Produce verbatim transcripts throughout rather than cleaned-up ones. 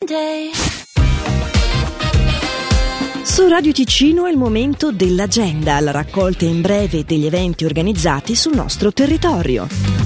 Monday. Su Radio Ticino è il momento dell'agenda, la raccolta in breve degli eventi organizzati sul nostro territorio.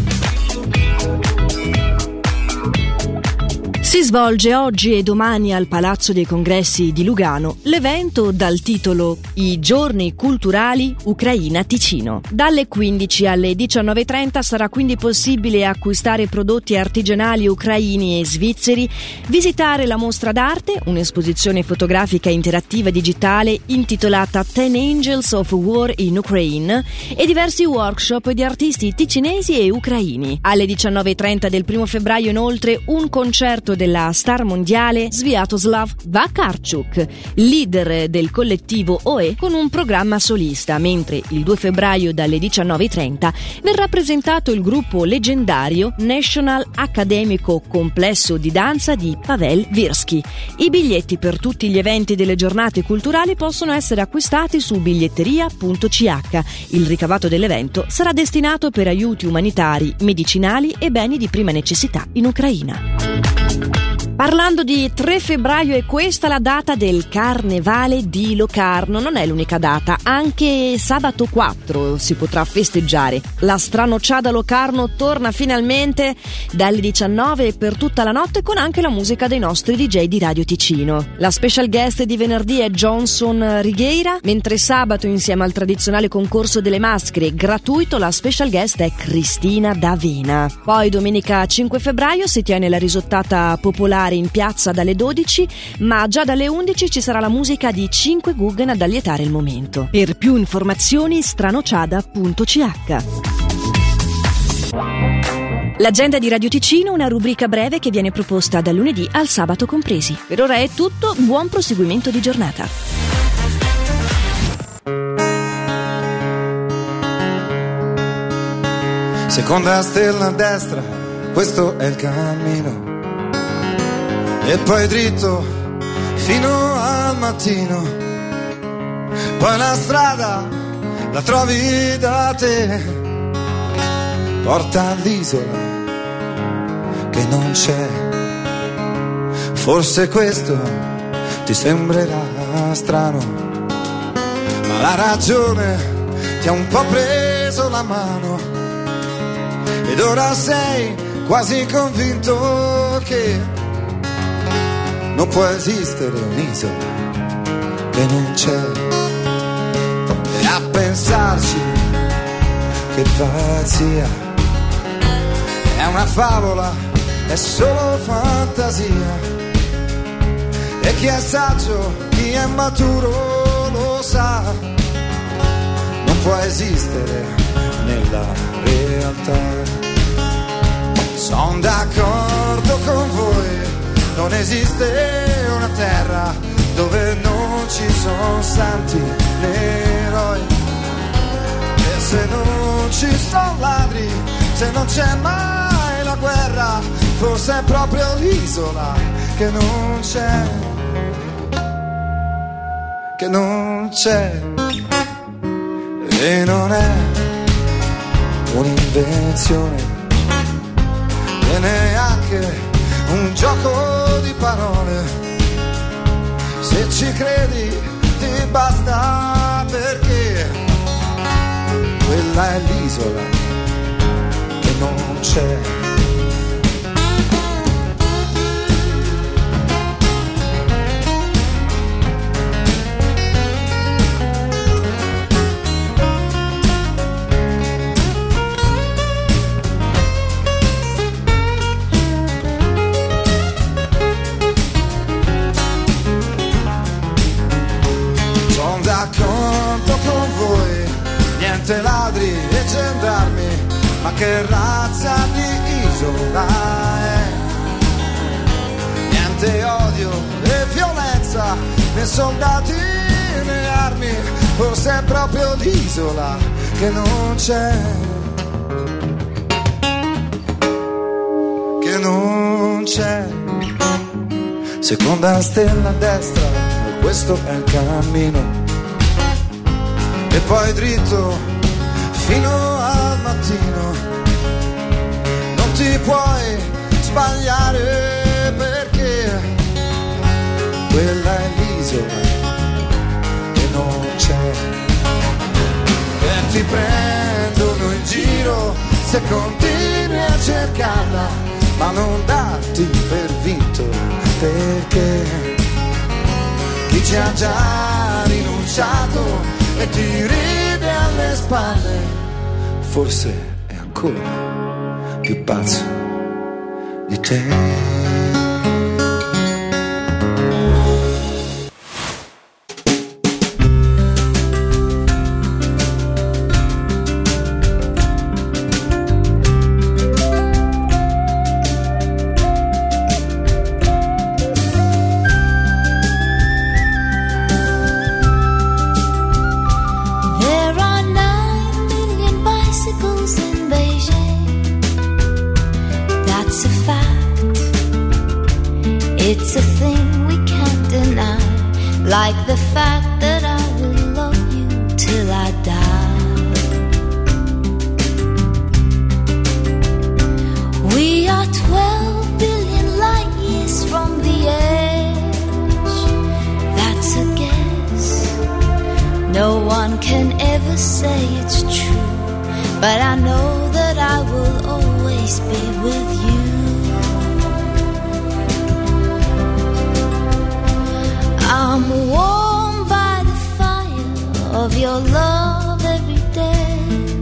Si svolge oggi e domani al Palazzo dei Congressi di Lugano l'evento dal titolo I Giorni Culturali Ucraina Ticino. Dalle quindici alle diciannove e trenta sarà quindi possibile acquistare prodotti artigianali ucraini e svizzeri, visitare la mostra d'arte, un'esposizione fotografica interattiva digitale intitolata Ten Angels of War in Ukraine e diversi workshop di artisti ticinesi e ucraini. Alle diciannove e trenta del primo febbraio inoltre un concerto della star mondiale Sviatoslav Vakarchuk, leader del collettivo O E, con un programma solista, mentre il due febbraio dalle diciannove e trenta verrà presentato il gruppo leggendario National Academico Complesso di Danza di Pavel Virsky. I biglietti per tutti gli eventi delle giornate culturali possono essere acquistati su biglietteria punto c h. Il ricavato dell'evento sarà destinato per aiuti umanitari, medicinali e beni di prima necessità in Ucraina. Parlando di tre febbraio, è questa la data del Carnevale di Locarno. Non è l'unica data, anche sabato quattro si potrà festeggiare. La Stranocciada Locarno torna finalmente dalle diciannove per tutta la notte, con anche la musica dei nostri D J di Radio Ticino. La special guest di venerdì è Johnson Righeira, mentre sabato, insieme al tradizionale concorso delle maschere gratuito, la special guest è Cristina D'Avena. Poi domenica cinque febbraio si tiene la risottata popolare in piazza dalle dodici, ma già dalle undici ci sarà la musica di cinque Guggen ad allietare il momento. Per più informazioni stranocciada punto c h. L'agenda di Radio Ticino, una rubrica breve che viene proposta dal lunedì al sabato compresi. Per ora è tutto, buon proseguimento di giornata. Seconda stella a destra, questo è il cammino. E poi dritto fino al mattino, poi la strada la trovi da te, porta all'isola che non c'è. Forse questo ti sembrerà strano, ma la ragione ti ha un po' preso la mano ed ora sei quasi convinto che non può esistere un'isola che non c'è. E a pensarci, che pazzia, è una favola, è solo fantasia. E chi è saggio, chi è maturo lo sa, non può esistere nella realtà. Sono d'accordo con voi, non esiste una terra dove non ci sono santi né eroi. E se non ci sono ladri, se non c'è mai la guerra, forse è proprio l'isola che non c'è, che non c'è. E non è un'invenzione e neanche un gioco di parole. Se ci credi ti basta, perché quella è l'isola che non c'è. D'accordo con voi, niente ladri e gendarmi, ma che razza di isola è? Niente odio e violenza, né soldati né armi, forse è proprio l'isola che non c'è, che non c'è. Seconda stella a destra, questo è il cammino. E poi dritto fino al mattino, non ti puoi sbagliare, perché se continui a cercarla, ma non darti per vinto, perché chi ci ha già rinunciato e ti ride alle spalle, forse è ancora più pazzo di te. It's a thing we can't deny, like the fact that I will love you till I die. We are twelve billion light years from the edge. That's a guess. No one can ever say it's true, but I know that I will always be with you. I'm warmed by the fire of your love every day.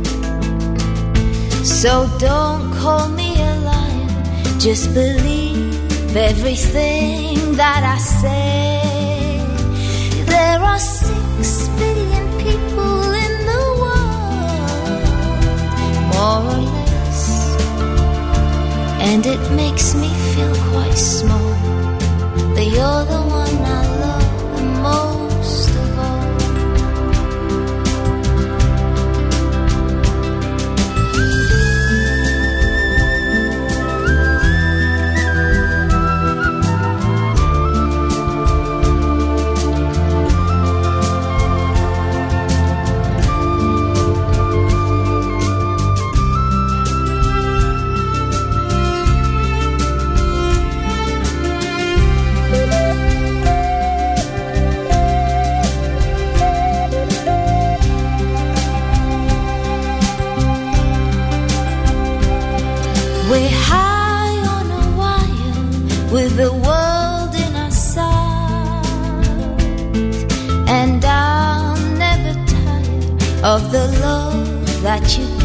So don't call me a liar, just believe everything that I say. There are six billion people in the world, more or less, and it makes me feel quite small, but you're the one I love most of all. We're high on a wire with the world in our sight, and I'm never tired of the love that you